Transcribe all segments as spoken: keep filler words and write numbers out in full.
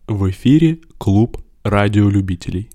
В эфире клуб радиолюбителей.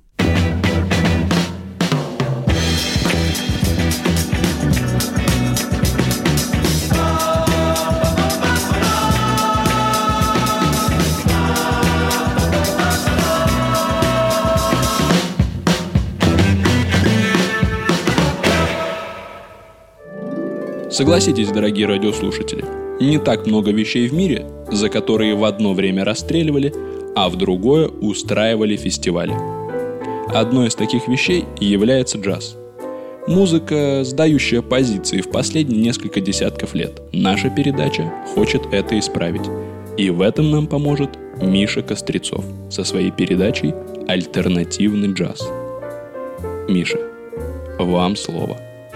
Согласитесь, дорогие радиослушатели, не так много вещей в мире, за которые в одно время расстреливали, а в другое устраивали фестивали. Одной из таких вещей является джаз. Музыка, сдающая позиции в последние несколько десятков лет. Наша передача хочет это исправить. И в этом нам поможет Миша Кострецов со своей передачей «Альтернативный джаз». Миша, вам слово.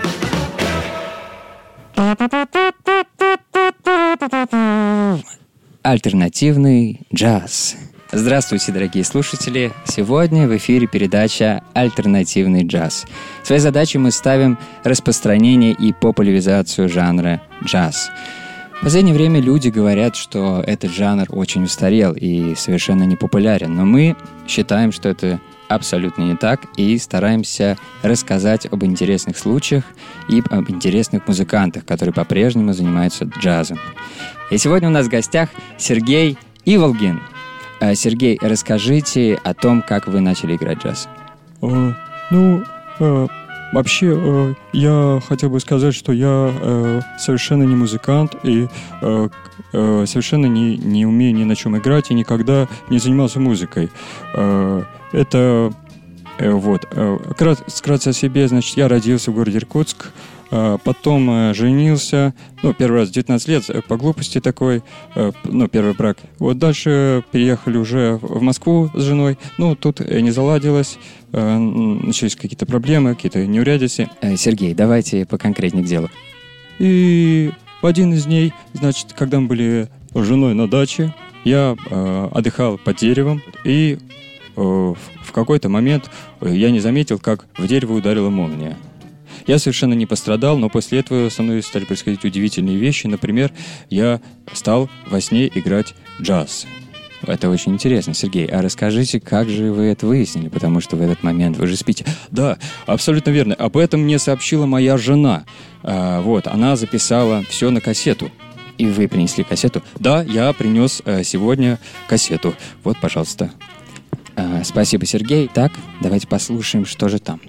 Альтернативный джаз. Здравствуйте, дорогие слушатели! Сегодня в эфире передача «Альтернативный джаз». Своей задачей мы ставим распространение и популяризацию жанра джаз. В последнее время люди говорят, что этот жанр очень устарел и совершенно не популярен, но мы считаем, что это абсолютно не так, и стараемся рассказать об интересных случаях и об интересных музыкантах, которые по-прежнему занимаются джазом. И сегодня у нас в гостях Сергей Иволгин. Сергей, расскажите о том, как вы начали играть джаз. Э, ну, э, вообще, э, я хотел бы сказать, что я э, совершенно не музыкант и э, э, совершенно не, не умею ни на чем играть и никогда не занимался музыкой. Э, это, э, вот, э, вкратце о себе, значит, я родился в городе Иркутск, э, потом э, женился, ну, первый раз в девятнадцать лет, э, по глупости такой, э, ну, первый брак. Вот дальше переехали уже в Москву с женой, ну, тут э, не заладилось, э, начались какие-то проблемы, какие-то неурядицы. Э, Сергей, давайте поконкретнее к делу. И в один из дней, значит, когда мы были с женой на даче, я э, отдыхал под деревом, и э, в какой-то момент я не заметил, как в дерево ударила молния. Я совершенно не пострадал, но после этого со мной стали происходить удивительные вещи. Например, я стал во сне играть джаз. Это очень интересно. Сергей, а расскажите, как же вы это выяснили? Потому что в этот момент вы же спите. Да, абсолютно верно. Об этом мне сообщила моя жена. А, вот, она записала все на кассету. И вы принесли кассету? Да, я принес а, сегодня кассету. Вот, пожалуйста. А, спасибо, Сергей. Так, давайте послушаем, что же там.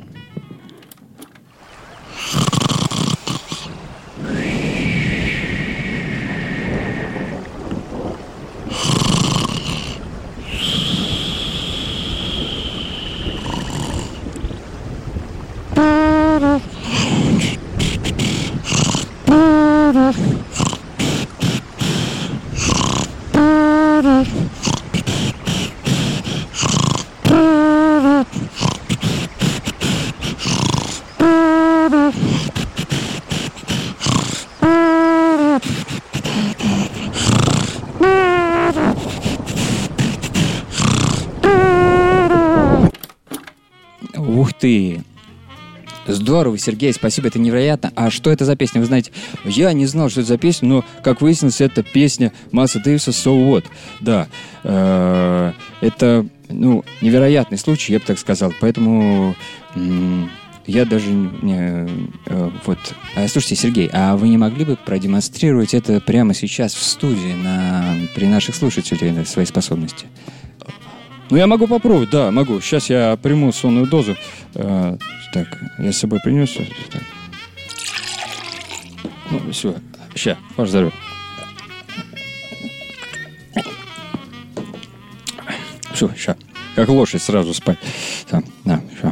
Ух ты! Здорово, Сергей, спасибо, это невероятно. А что это за песня? Вы знаете, я не знал, что это за песня, но, как выяснилось, это песня Майлса Дэвиса «So What». Да, э, это, ну, невероятный случай, я бы так сказал. Поэтому м- я даже не... Э, вот. А, слушайте, Сергей, а вы не могли бы продемонстрировать это прямо сейчас в студии на, при наших слушателях, свои способности? Ну, я могу попробовать, да, могу. Сейчас я приму сонную дозу. Э, так, я с собой принес. Так. Ну, все. Сейчас, ваше здоровье. Все, сейчас. Как лошадь сразу спать. Там, да, сейчас.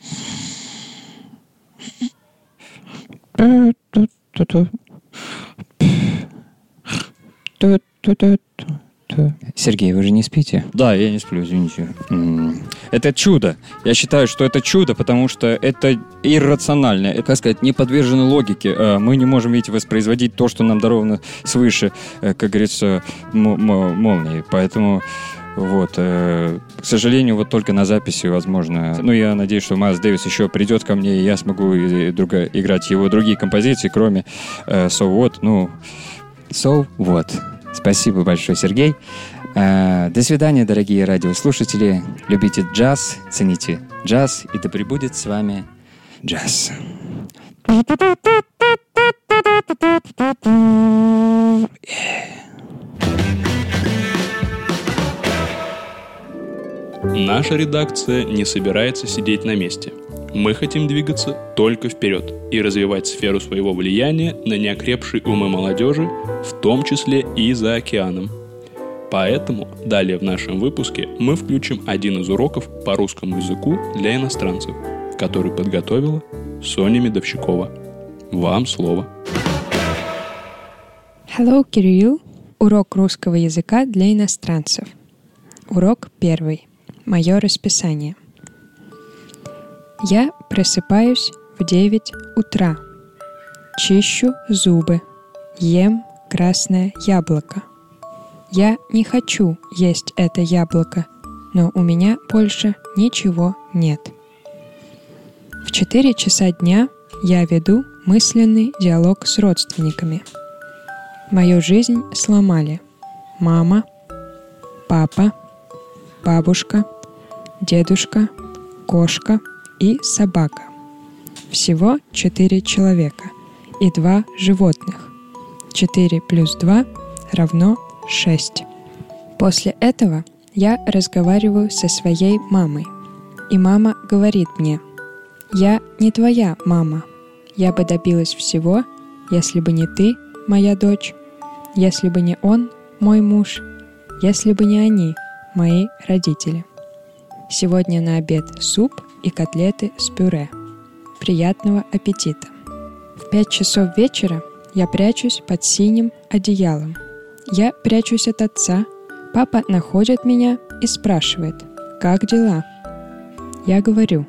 Сергей, вы же не спите? Да, я не сплю, извините. Это чудо. Я считаю, что это чудо, потому что это иррационально. Это, как сказать, не подвержено логике. Мы не можем, видите, воспроизводить то, что нам даровано свыше, как говорится, м- м- молнией. Поэтому, вот, к сожалению, вот только на записи возможно. Ну, я надеюсь, что Майлз Дэвис еще придет ко мне, и я смогу друга- играть его другие композиции, кроме «So What». Ну, «So What». Спасибо большое, Сергей. А, до свидания, дорогие радиослушатели. Любите джаз, цените джаз, и да пребудет с вами джаз. Наша редакция не собирается сидеть на месте. Мы хотим двигаться только вперед и развивать сферу своего влияния на неокрепшие умы молодежи, в том числе и за океаном. Поэтому далее в нашем выпуске мы включим один из уроков по русскому языку для иностранцев, который подготовила Соня Медовщикова. Вам слово. Hello, Кирилл. Урок русского языка для иностранцев. Урок первый. Мое расписание. Я просыпаюсь в девять утра. Чищу зубы. Ем красное яблоко. Я не хочу есть это яблоко, но у меня больше ничего нет. В четыре часа дня я веду мысленный диалог с родственниками. Мою жизнь сломали мама, папа, бабушка, дедушка, кошка и собака. Всего четыре человека и два животных. Четыре плюс два равно шесть. После этого я разговариваю со своей мамой. И мама говорит мне: «Я не твоя мама. Я бы добилась всего, если бы не ты, моя дочь, если бы не он, мой муж, если бы не они, мои родители. Сегодня на обед суп и котлеты с пюре. Приятного аппетита». В пять часов вечера я прячусь под синим одеялом. Я прячусь от отца. Папа находит меня и спрашивает: «Как дела?» Я говорю: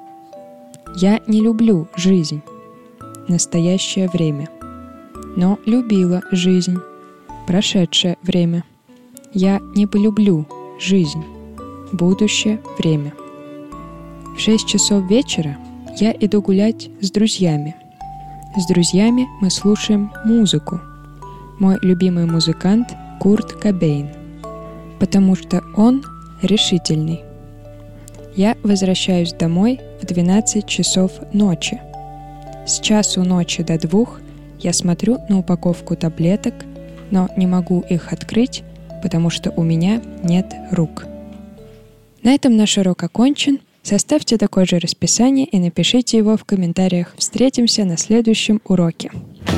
«Я не люблю жизнь, настоящее время, но любила жизнь, прошедшее время. Я не полюблю жизнь, будущее время». В шесть часов вечера я иду гулять с друзьями. С друзьями мы слушаем музыку. Мой любимый музыкант Курт Кобейн, потому что он решительный. Я возвращаюсь домой в двенадцать часов ночи. С часу ночи до двух я смотрю на упаковку таблеток, но не могу их открыть, потому что у меня нет рук. На этом наш урок окончен. Составьте такое же расписание и напишите его в комментариях. Встретимся на следующем уроке.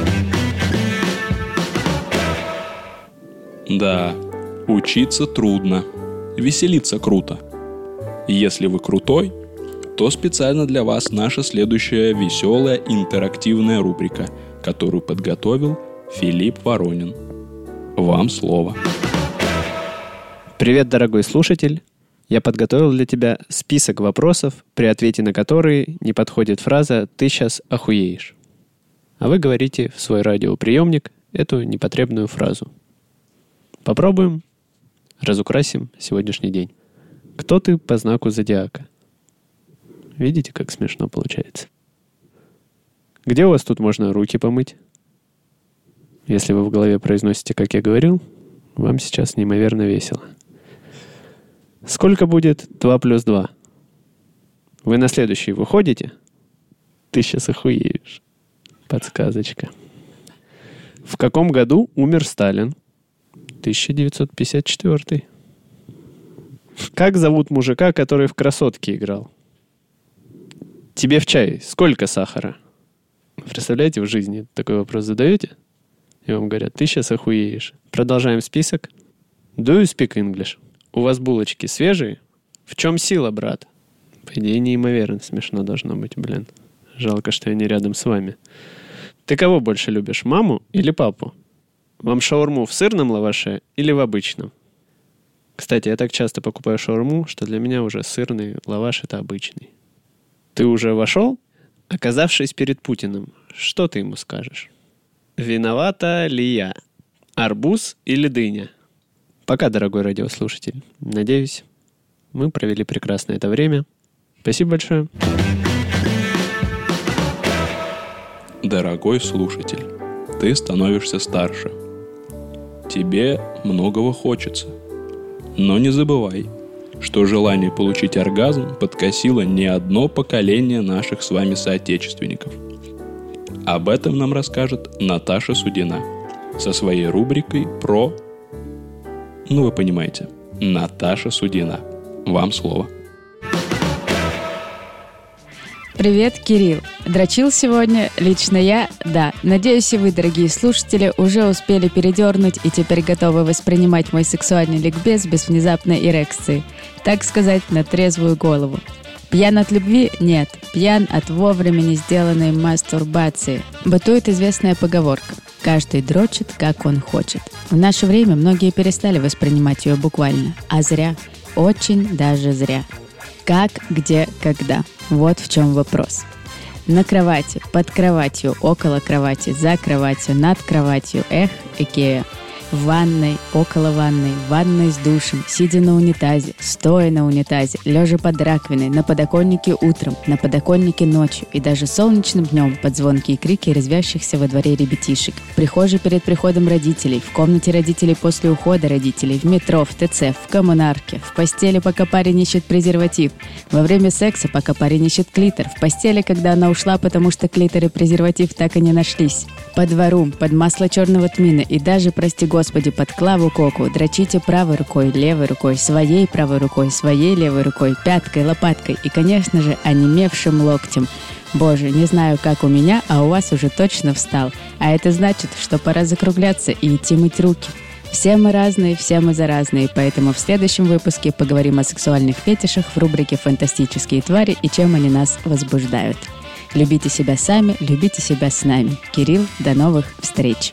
Да, учиться трудно, веселиться круто. Если вы крутой, то специально для вас наша следующая веселая интерактивная рубрика, которую подготовил Филипп Воронин. Вам слово. Привет, дорогой слушатель. Я подготовил для тебя список вопросов, при ответе на которые не подходит фраза «ты сейчас охуеешь». А вы говорите в свой радиоприемник эту непотребную фразу. Попробуем, разукрасим сегодняшний день. Кто ты по знаку зодиака? Видите, как смешно получается? Где у вас тут можно руки помыть? Если вы в голове произносите, как я говорил, вам сейчас неимоверно весело. Сколько будет два плюс два? Вы на следующий выходите? Ты сейчас охуеешь. Подсказочка. В каком году умер Сталин? тысяча девятьсот пятьдесят четвёртый. Как зовут мужика, который в «Красотке» играл? Тебе в чай сколько сахара? Представляете, в жизни такой вопрос задаете? И вам говорят: ты сейчас охуеешь. Продолжаем список. Do you speak English? У вас булочки свежие? В чем сила, брат? По идее, неимоверно смешно должно быть, блин. Жалко, что я не рядом с вами. Ты кого больше любишь, маму или папу? Вам шаурму в сырном лаваше или в обычном? Кстати, я так часто покупаю шаурму, что для меня уже сырный лаваш — это обычный. Ты уже вошел? Оказавшись перед Путиным, что ты ему скажешь? Виновата ли я? Арбуз или дыня? Пока, дорогой радиослушатель. Надеюсь, мы провели прекрасно это время. Спасибо большое. Дорогой слушатель, ты становишься старше. Тебе многого хочется. Но не забывай, что желание получить оргазм подкосило не одно поколение наших с вами соотечественников. Об этом нам расскажет Наташа Судина со своей рубрикой про... Ну, вы понимаете. Наташа Судина. Вам слово. Привет, Кирилл. Дрочил сегодня? Лично я? Да. Надеюсь, и вы, дорогие слушатели, уже успели передернуть и теперь готовы воспринимать мой сексуальный ликбез без внезапной эрекции. Так сказать, на трезвую голову. Пьян от любви? Нет. Пьян от вовремя не сделанной мастурбации. Бытует известная поговорка. Каждый дрочит, как он хочет. В наше время многие перестали воспринимать ее буквально. А зря. Очень даже зря. Как, где, когда. Вот в чем вопрос. На кровати, под кроватью, около кровати, за кроватью, над кроватью. Эх, Икея. В ванной, около ванной, в ванной с душем, сидя на унитазе, стоя на унитазе, лежа под раковиной, на подоконнике утром, на подоконнике ночью и даже солнечным днем под звонкие крики резвящихся во дворе ребятишек, в прихожей перед приходом родителей, в комнате родителей после ухода родителей, в метро, в ТЦ, в коммунарке, в постели, пока парень ищет презерватив, во время секса, пока парень ищет клитор, в постели, когда она ушла, потому что клитор и презерватив так и не нашлись, по двору, под масло черного тмина и даже, прости Господи, под Клаву Коку дрочите правой рукой, левой рукой, своей правой рукой, своей левой рукой, пяткой, лопаткой и, конечно же, онемевшим локтем. Боже, не знаю, как у меня, а у вас уже точно встал. А это значит, что пора закругляться и идти мыть руки. Все мы разные, все мы заразные, поэтому в следующем выпуске поговорим о сексуальных фетишах в рубрике «Фантастические твари» и чем они нас возбуждают. Любите себя сами, любите себя с нами. Кирилл, до новых встреч!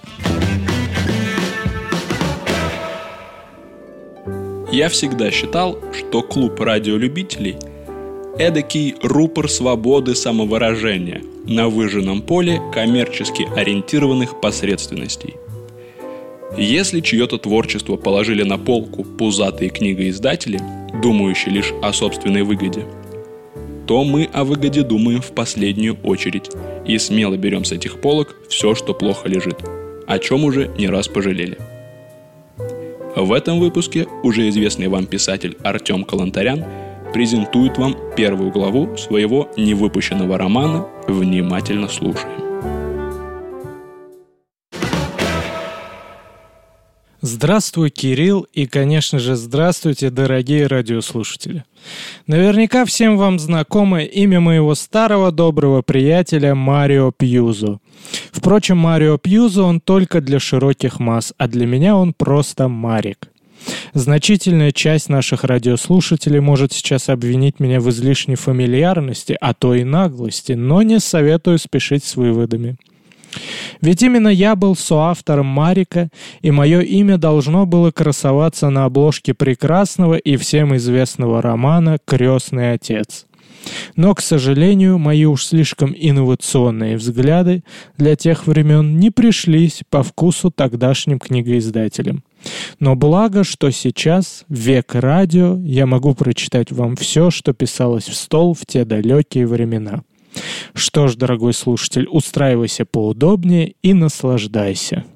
Я всегда считал, что клуб радиолюбителей – эдакий рупор свободы самовыражения на выжженном поле коммерчески ориентированных посредственностей. Если чье-то творчество положили на полку пузатые книгоиздатели, думающие лишь о собственной выгоде, то мы о выгоде думаем в последнюю очередь и смело берем с этих полок все, что плохо лежит, о чем уже не раз пожалели. В этом выпуске уже известный вам писатель Артем Калантарян презентует вам первую главу своего невыпущенного романа «Внимательно слушаем». Здравствуй, Кирилл, и, конечно же, здравствуйте, дорогие радиослушатели. Наверняка всем вам знакомо имя моего старого доброго приятеля Марио Пьюзо. Впрочем, Марио Пьюзо он только для широких масс, а для меня он просто Марик. Значительная часть наших радиослушателей может сейчас обвинить меня в излишней фамильярности, а то и наглости, но не советую спешить с выводами. Ведь именно я был соавтором Марика, и мое имя должно было красоваться на обложке прекрасного и всем известного романа «Крестный отец». Но, к сожалению, мои уж слишком инновационные взгляды для тех времен не пришлись по вкусу тогдашним книгоиздателям. Но благо, что сейчас, в век радио, я могу прочитать вам все, что писалось в стол в те далекие времена. Что ж, дорогой слушатель, устраивайся поудобнее и наслаждайся.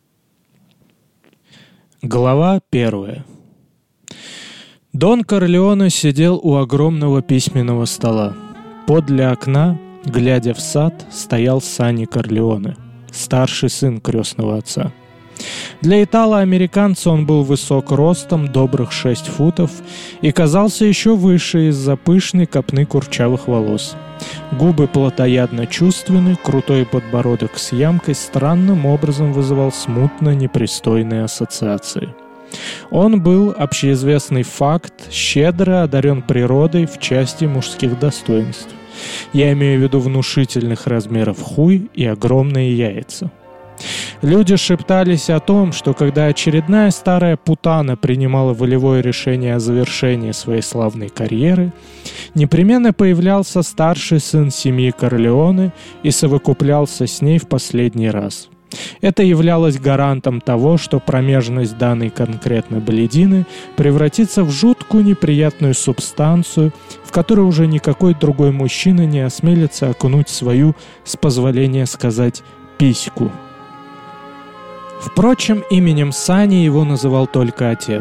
Глава первая. Дон Корлеоне сидел у огромного письменного стола. Подле окна, глядя в сад, стоял Санни Корлеоне, старший сын крестного отца. Для итало-американца он был высок ростом, добрых шесть футов, и казался еще выше из-за пышной копны курчавых волос. Губы плотоядно чувственны, крутой подбородок с ямкой странным образом вызывал смутно непристойные ассоциации. Он был, общеизвестный факт, щедро одарен природой в части мужских достоинств. Я имею в виду внушительных размеров хуй и огромные яйца. Люди шептались о том, что когда очередная старая путана принимала волевое решение о завершении своей славной карьеры, непременно появлялся старший сын семьи Корлеоне и совокуплялся с ней в последний раз. Это являлось гарантом того, что промежность данной конкретно блядины превратится в жуткую неприятную субстанцию, в которую уже никакой другой мужчина не осмелится окунуть свою, с позволения сказать, письку. Впрочем, именем Сани его называл только отец.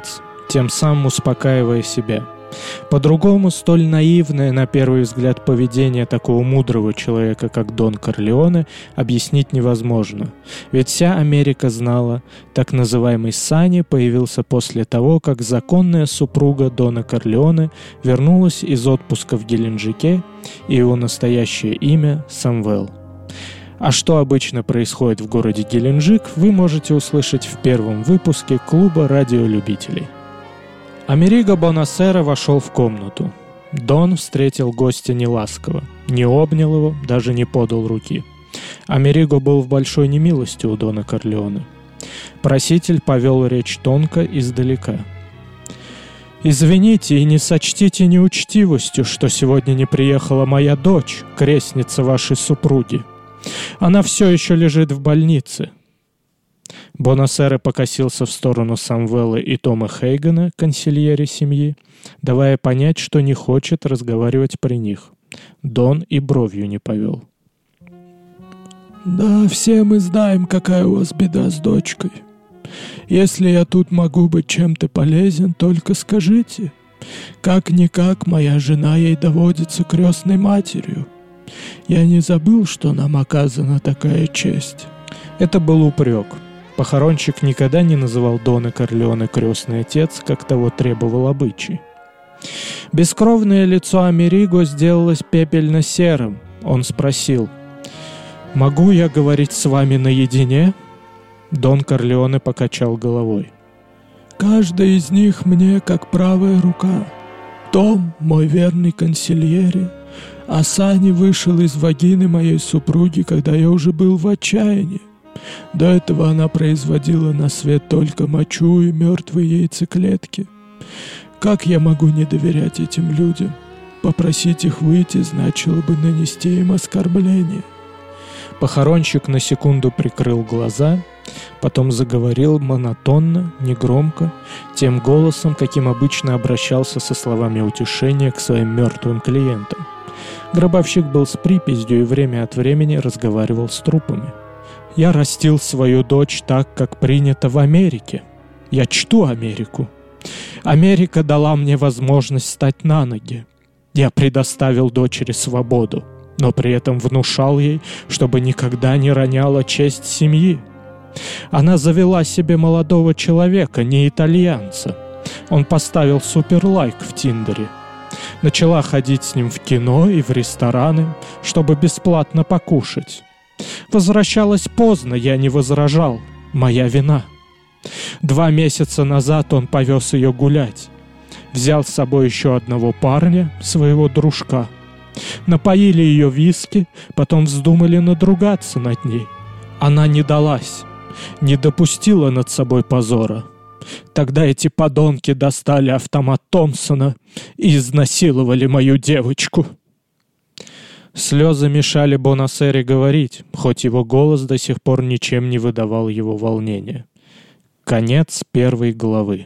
тем самым успокаивая себя. По-другому столь наивное, на первый взгляд, поведение такого мудрого человека, как Дон Корлеоне, объяснить невозможно. Ведь вся Америка знала, так называемый Санни появился после того, как законная супруга Дона Корлеоне вернулась из отпуска в Геленджике, и его настоящее имя — Самвел. А что обычно происходит в городе Геленджик, вы можете услышать в первом выпуске клуба радиолюбителей. Америго Бонасера вошел в комнату. Дон встретил гостя неласково, не обнял его, даже не подал руки. Америго был в большой немилости у Дона Корлеоне. Проситель повел речь тонко, издалека. «Извините и не сочтите неучтивостью, что сегодня не приехала моя дочь, крестница вашей супруги. Она все еще лежит в больнице». Бонасера покосился в сторону Самвела и Тома Хейгана, консильери семьи, давая понять, что не хочет разговаривать при них. Дон и бровью не повел. «Да, все мы знаем, какая у вас беда с дочкой. Если я тут могу быть чем-то полезен, только скажите. Как-никак моя жена ей доводится крестной матерью. Я не забыл, что нам оказана такая честь». Это был упрек. Похоронщик никогда не называл Дона Корлеоне крестный отец, как того требовал обычай. Бескровное лицо Америго сделалось пепельно-серым. Он спросил: «Могу я говорить с вами наедине?» Дон Корлеоне покачал головой. «Каждый из них мне как правая рука. Том — мой верный консильери, а Санни вышел из вагины моей супруги, когда я уже был в отчаянии. До этого она производила на свет только мочу и мертвые яйцеклетки. Как я могу не доверять этим людям? Попросить их выйти значило бы нанести им оскорбление». Похоронщик на секунду прикрыл глаза, потом заговорил монотонно, негромко, тем голосом, каким обычно обращался со словами утешения к своим мертвым клиентам. Гробовщик был с приписью и время от времени разговаривал с трупами. «Я растил свою дочь так, как принято в Америке. Я чту Америку. Америка дала мне возможность встать на ноги. Я предоставил дочери свободу, но при этом внушал ей, чтобы никогда не роняла честь семьи. Она завела себе молодого человека, не итальянца. Он поставил суперлайк в Тиндере. Начала ходить с ним в кино и в рестораны, чтобы бесплатно покушать. Возвращалась поздно, я не возражал. Моя вина. Два месяца назад он повез ее гулять. Взял с собой еще одного парня, своего дружка. Напоили ее виски, потом вздумали надругаться над ней. Она не далась, не допустила над собой позора. Тогда эти подонки достали автомат Томпсона и изнасиловали мою девочку». Слезы мешали Бонасере говорить, хоть его голос до сих пор ничем не выдавал его волнения. Конец первой главы.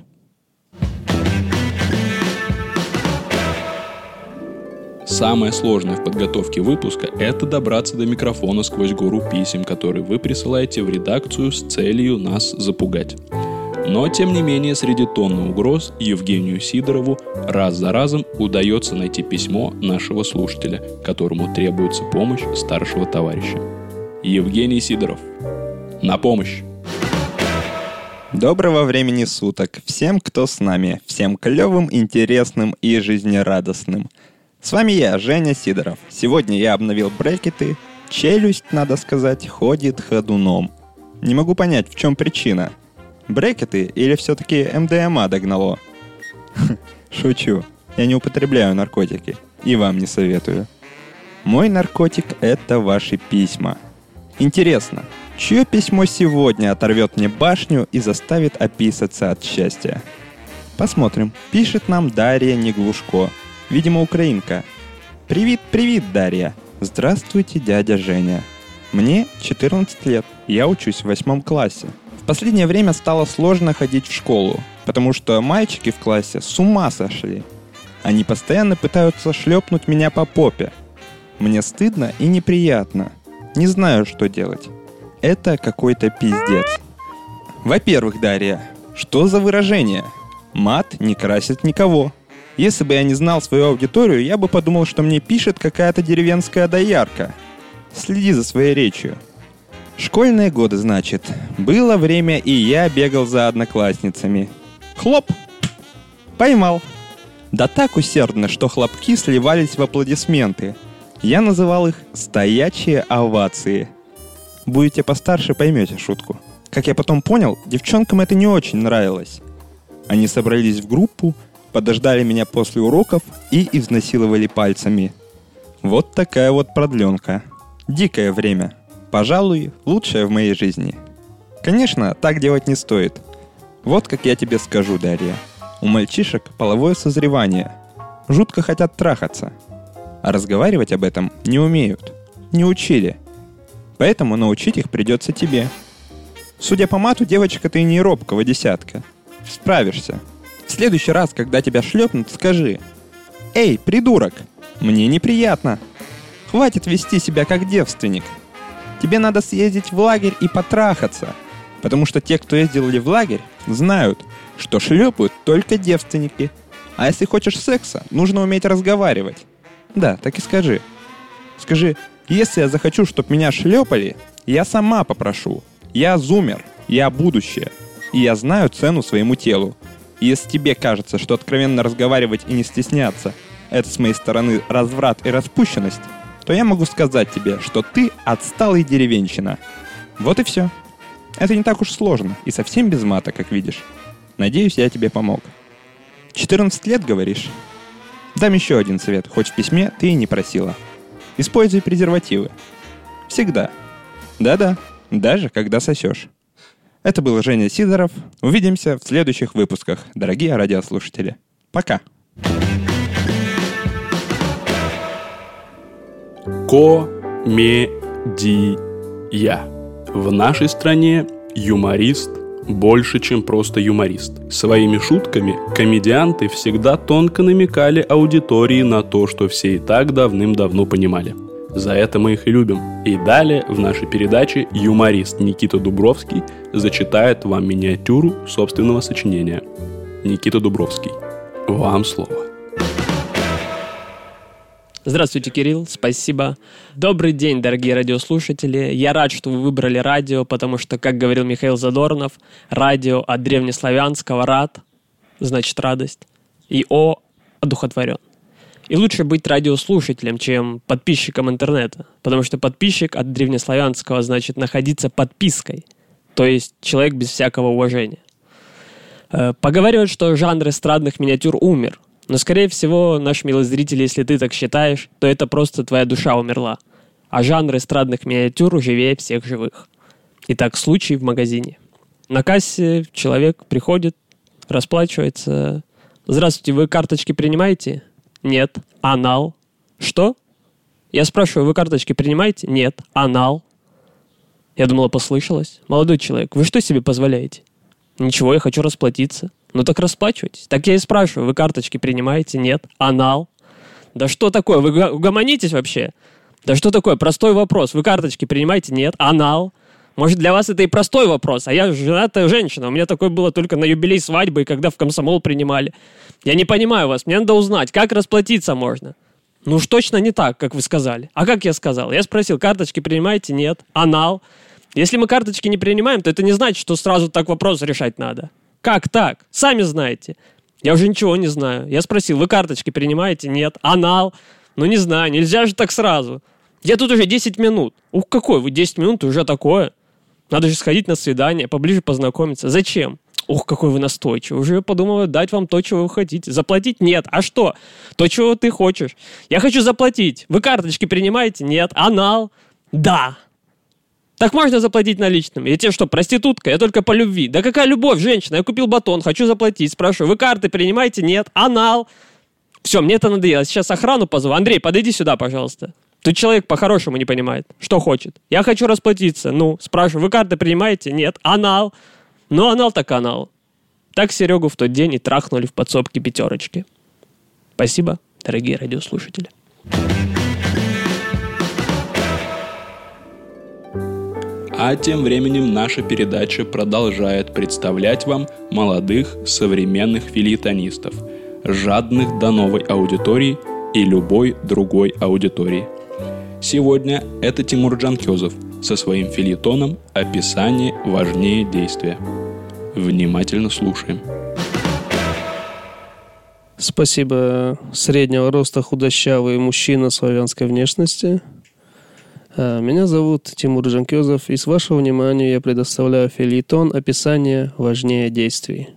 Самое сложное в подготовке выпуска – это добраться до микрофона сквозь гору писем, которые вы присылаете в редакцию с целью нас запугать. Но, тем не менее, среди тонны угроз Евгению Сидорову раз за разом удается найти письмо нашего слушателя, которому требуется помощь старшего товарища. Евгений Сидоров, на помощь! Доброго времени суток всем, кто с нами, всем клевым, интересным и жизнерадостным. С вами я, Женя Сидоров. Сегодня я обновил брекеты, челюсть, надо сказать, ходит ходуном. Не могу понять, в чем причина. Брекеты или все-таки эм дэ эм а догнало? Шучу, я не употребляю наркотики и вам не советую. Мой наркотик — это ваши письма. Интересно, чье письмо сегодня оторвет мне башню и заставит описаться от счастья? Посмотрим. Пишет нам Дарья Неглушко. Видимо, украинка. Привет, привет, Дарья. Здравствуйте, дядя Женя. Мне четырнадцать лет. Я учусь в восьмом классе. В последнее время стало сложно ходить в школу, потому что мальчики в классе с ума сошли. Они постоянно пытаются шлепнуть меня по попе. Мне стыдно и неприятно. Не знаю, что делать. Это какой-то пиздец. Во-первых, Дарья, что за выражение? Мат не красит никого. Если бы я не знал свою аудиторию, я бы подумал, что мне пишет какая-то деревенская доярка. Следи за своей речью. Школьные годы, значит. Было время, и я бегал за одноклассницами. Хлоп! Поймал. Да так усердно, что хлопки сливались в аплодисменты. Я называл их «стоячие овации». Будете постарше, поймете шутку. Как я потом понял, девчонкам это не очень нравилось. Они собрались в группу, подождали меня после уроков и изнасиловали пальцами. Вот такая вот продленка. Дикое время. Пожалуй, лучшее в моей жизни. Конечно, так делать не стоит. Вот как я тебе скажу, Дарья. У мальчишек половое созревание. Жутко хотят трахаться. А разговаривать об этом не умеют. Не учили. Поэтому научить их придется тебе. Судя по мату, девочка, ты не робкого десятка. Справишься. В следующий раз, когда тебя шлепнут, скажи: «Эй, придурок, мне неприятно. Хватит вести себя как девственник. Тебе надо съездить в лагерь и потрахаться». Потому что те, кто ездили в лагерь, знают, что шлепают только девственники. А если хочешь секса, нужно уметь разговаривать. Да, так и скажи. Скажи: если я захочу, чтобы меня шлепали, я сама попрошу. Я зумер, я будущее. И я знаю цену своему телу. И если тебе кажется, что откровенно разговаривать и не стесняться — это с моей стороны разврат и распущенность, то я могу сказать тебе, что ты отсталый деревенщина. Вот и все. Это не так уж сложно и совсем без мата, как видишь. Надеюсь, я тебе помог. четырнадцать лет, говоришь? Дам еще один совет, хоть в письме ты и не просила. Используй презервативы. Всегда. Да-да, даже когда сосешь. Это был Женя Сидоров. Увидимся в следующих выпусках, дорогие радиослушатели. Пока. Ко-ме-ди-я. В нашей стране юморист больше, чем просто юморист. Своими шутками комедианты всегда тонко намекали аудитории на то, что все и так давным-давно понимали. За это мы их и любим. И далее в нашей передаче юморист Никита Дубровский зачитает вам миниатюру собственного сочинения. Никита Дубровский, вам слово. Здравствуйте, Кирилл, спасибо. Добрый день, дорогие радиослушатели. Я рад, что вы выбрали радио, потому что, как говорил Михаил Задорнов, радио от древнеславянского «рад» значит радость, и «о» одухотворен. И лучше быть радиослушателем, чем подписчиком интернета, потому что подписчик от древнеславянского значит находиться подпиской, то есть человек без всякого уважения. Поговаривают, что жанр эстрадных миниатюр умер, но, скорее всего, наш милый зритель, если ты так считаешь, то это просто твоя душа умерла, а жанр эстрадных миниатюр живее всех живых. Итак, случай в магазине. На кассе человек приходит, расплачивается. «Здравствуйте, вы карточки принимаете?» «Нет». «Анал». «Что?» Я спрашиваю: вы карточки принимаете?» «Нет». «Анал». Я думала, послышалось. «Молодой человек, вы что себе позволяете?» «Ничего, я хочу расплатиться». «Ну так расплачивайтесь». Так я и спрашиваю: вы карточки принимаете?» «Нет». «Анал». «Да что такое? Вы угомонитесь вообще?» «Да что такое? Простой вопрос. Вы карточки принимаете?» «Нет». «Анал». Может, для вас это и простой вопрос, а я женатая женщина. У меня такое было только на юбилей свадьбы и когда в комсомол принимали. Я не понимаю вас. Мне надо узнать, как расплатиться можно. Ну уж точно не так, как вы сказали. А как я сказал? Я спросил: карточки принимаете? Нет. Анал. Если мы карточки не принимаем, то это не значит, что сразу так вопрос решать надо. Как так? Сами знаете. Я уже ничего не знаю. Я спросил: вы карточки принимаете? Нет. Анал. Ну не знаю, нельзя же так сразу. Я тут уже десять минут. Ух, какой вы десять минут, уже такое. Надо же сходить на свидание, поближе познакомиться. Зачем? Ух, какой вы настойчивый. Уже подумала дать вам то, чего вы хотите. Заплатить? Нет. А что? То, чего ты хочешь. Я хочу заплатить. Вы карточки принимаете? Нет. Анал? Да. Так можно заплатить наличными? Я тебе что, проститутка? Я только по любви. Да какая любовь, женщина? Я купил батон, хочу заплатить. Спрашиваю: вы карты принимаете? Нет. Анал? Все, мне это надоело. Сейчас охрану позову. Андрей, подойди сюда, пожалуйста. Тут человек по-хорошему не понимает, что хочет. Я хочу расплатиться. Ну, спрашиваю: вы карты принимаете? Нет. Анал? Ну, анал так анал. Так Серегу в тот день и трахнули в подсобке пятерочки. Спасибо, дорогие радиослушатели. А тем временем наша передача продолжает представлять вам молодых современных фельетонистов, жадных до новой аудитории и любой другой аудитории. Сегодня это Тимур Джанкезов со своим фельетоном «Описание важнее действия». Внимательно слушаем. Спасибо. Среднего роста худощавый мужчина славянской внешности. Меня зовут Тимур Джанкезов, и с вашего внимания я предоставляю фельетон «Описание важнее действий».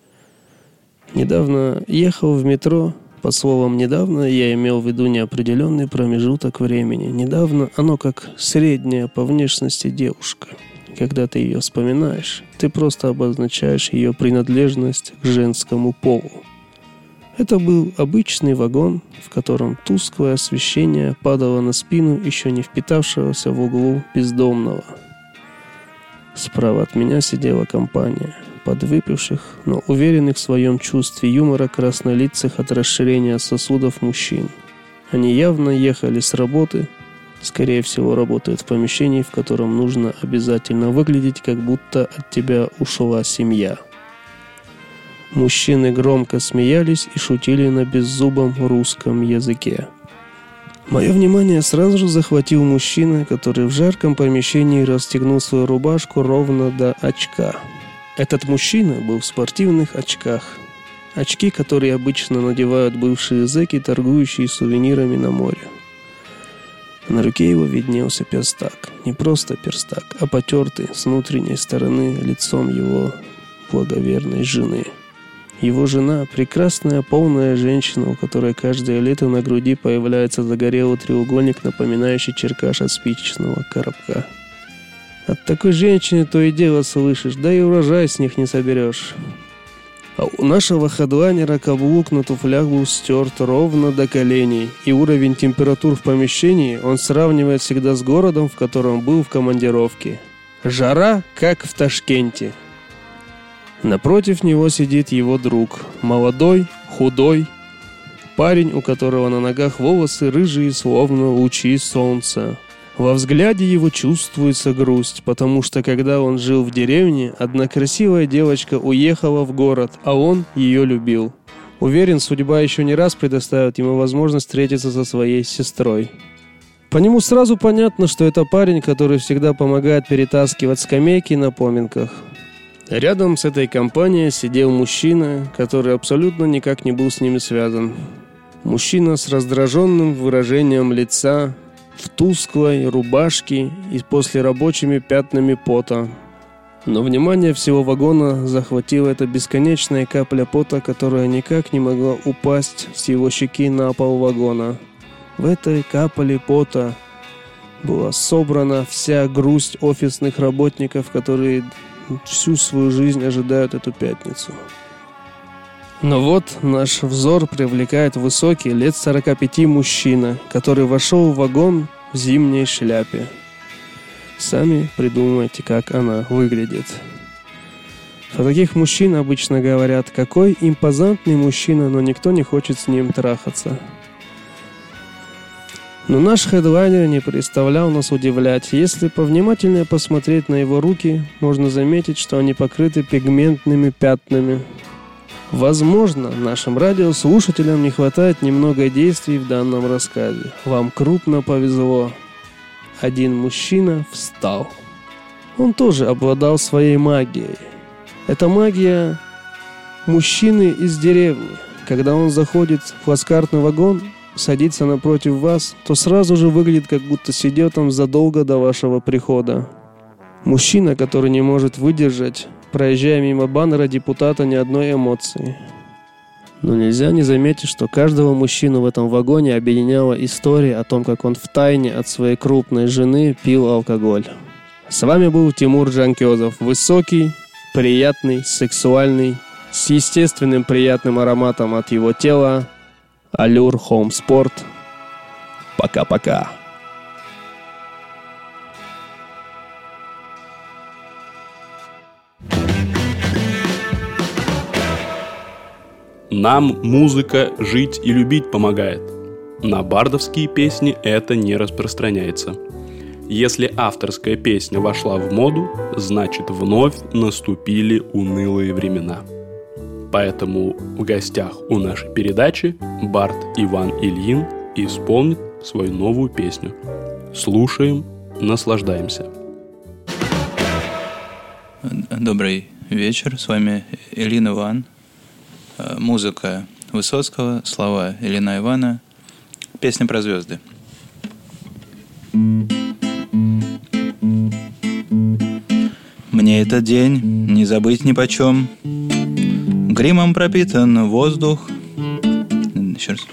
Недавно ехал в метро. Под словом «недавно» я имел в виду неопределенный промежуток времени. Недавно оно как средняя по внешности девушка. Когда ты ее вспоминаешь, ты просто обозначаешь ее принадлежность к женскому полу. Это был обычный вагон, в котором тусклое освещение падало на спину еще не впитавшегося в углу бездомного. Справа от меня сидела компания подвыпивших, но уверенных в своем чувстве юмора краснолицых от расширения сосудов мужчин. Они явно ехали с работы, скорее всего, работают в помещении, в котором нужно обязательно выглядеть, как будто от тебя ушла семья. Мужчины громко смеялись и шутили на беззубом русском языке. Мое внимание сразу же захватил мужчина, который в жарком помещении расстегнул свою рубашку ровно до очка. Этот мужчина был в спортивных очках. Очки, которые обычно надевают бывшие зэки, торгующие сувенирами на море. На руке его виднелся перстак. Не просто перстак, а потертый с внутренней стороны лицом его благоверной жены. Его жена – прекрасная, полная женщина, у которой каждое лето на груди появляется загорелый треугольник, напоминающий черкаш от спичечного коробка. От такой женщины то и дело слышишь, да и урожай с них не соберешь. А у нашего хедлайнера каблук на туфлях был стерт ровно до коленей, и уровень температур в помещении он сравнивает всегда с городом, в котором был в командировке. Жара, как в Ташкенте. Напротив него сидит его друг, молодой, худой, парень, у которого на ногах волосы рыжие, словно лучи солнца. Во взгляде его чувствуется грусть, потому что когда он жил в деревне, одна красивая девочка уехала в город, а он ее любил. Уверен, судьба еще не раз предоставит ему возможность встретиться со своей сестрой. По нему сразу понятно, что это парень, который всегда помогает перетаскивать скамейки на поминках. Рядом с этой компанией сидел мужчина, который абсолютно никак не был с ними связан. Мужчина с раздраженным выражением лица, в тусклой рубашке и после рабочими пятнами пота. Но внимание всего вагона захватила эта бесконечная капля пота, которая никак не могла упасть с его щеки на пол вагона. В этой капле пота была собрана вся грусть офисных работников, которые всю свою жизнь ожидают эту пятницу. Но вот наш взор привлекает высокий, лет сорока пяти мужчина, который вошел в вагон в зимней шляпе. Сами придумайте, как она выглядит. Про таких мужчин обычно говорят: какой импозантный мужчина, но никто не хочет с ним трахаться. Но наш хедлайнер не переставлял нас удивлять. Если повнимательнее посмотреть на его руки, можно заметить, что они покрыты пигментными пятнами. Возможно, нашим радиослушателям не хватает немного действий в данном рассказе. Вам крупно повезло. Один мужчина встал. Он тоже обладал своей магией. Это магия мужчины из деревни. Когда он заходит в плацкартный вагон, садится напротив вас, то сразу же выглядит, как будто сидел там задолго до вашего прихода. Мужчина, который не может выдержать, проезжая мимо баннера депутата, ни одной эмоции. Но нельзя не заметить, что каждого мужчину в этом вагоне объединяла история о том, как он втайне от своей крупной жены пил алкоголь. С вами был Тимур Джанкезов. Высокий, приятный, сексуальный, с естественным приятным ароматом от его тела. Allure Home Sport. Пока-пока. Нам музыка жить и любить помогает. На бардовские песни это не распространяется. Если авторская песня вошла в моду, значит вновь наступили унылые времена. Поэтому в гостях у нашей передачи бард Иван Ильин исполнит свою новую песню. Слушаем, наслаждаемся. Добрый вечер, с вами Ильин Иван. Музыка Высоцкого, слова Ильина Ивана. Песня про звезды. Мне этот день не забыть ни почем. Гримом пропитан воздух. Еще раз.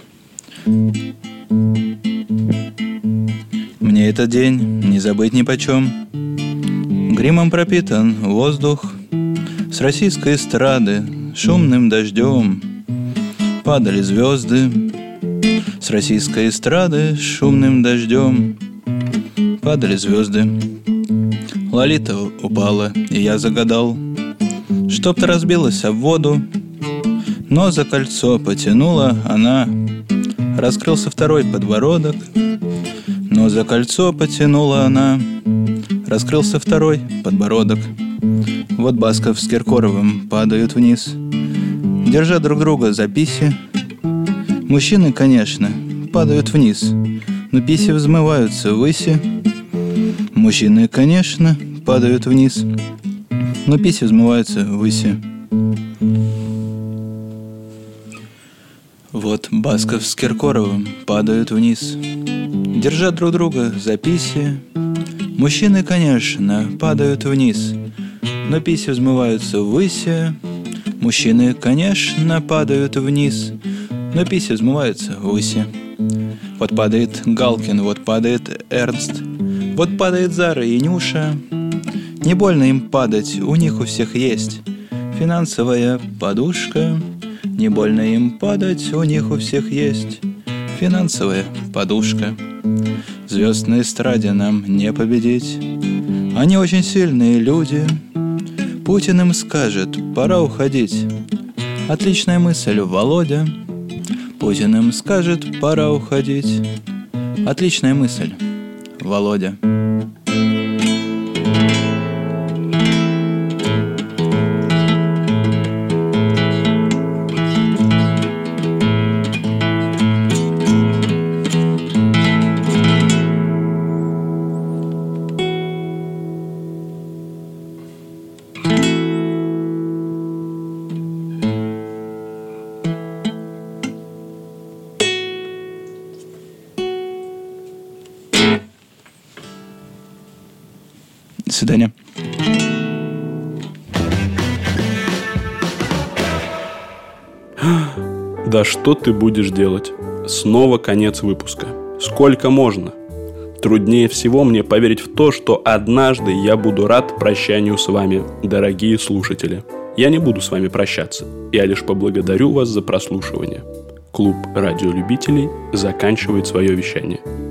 Мне этот день не забыть ни почем. Гримом пропитан воздух. С российской эстрады шумным дождем падали звезды. С российской эстрады шумным дождем падали звезды. Лолита упала, и я загадал, чтоб-то разбилась об воду, но за кольцо потянула она. Раскрылся второй подбородок, но за кольцо потянула она. Раскрылся второй подбородок. Вот Басков с Киркоровым падают вниз, держа друг друга за писи. Мужчины, конечно, падают вниз, но писи взмываются ввыси. Мужчины, конечно, падают вниз, но писи взмываются ввыси. Вот Басков с Киркоровым падают вниз, держа друг друга за писи. Мужчины, конечно, падают вниз, но писи взмываются ввыси. Мужчины, конечно, падают вниз, но писи взмываются ввыси. Вот падает Галкин, вот падает Эрнст, вот падает Зара и Нюша. Не больно им падать, у них у всех есть финансовая подушка. Не больно им падать, у них у всех есть финансовая подушка. Звезд на эстраде нам не победить, они очень сильные люди. Путин им скажет, пора уходить. Отличная мысль, Володя. Путин им скажет, пора уходить. Отличная мысль, Володя. До свидания. Да что ты будешь делать? Снова конец выпуска. Сколько можно? Труднее всего мне поверить в то, что однажды я буду рад прощанию с вами, дорогие слушатели. Я не буду с вами прощаться. Я лишь поблагодарю вас за прослушивание. Клуб радиолюбителей заканчивает свое вещание.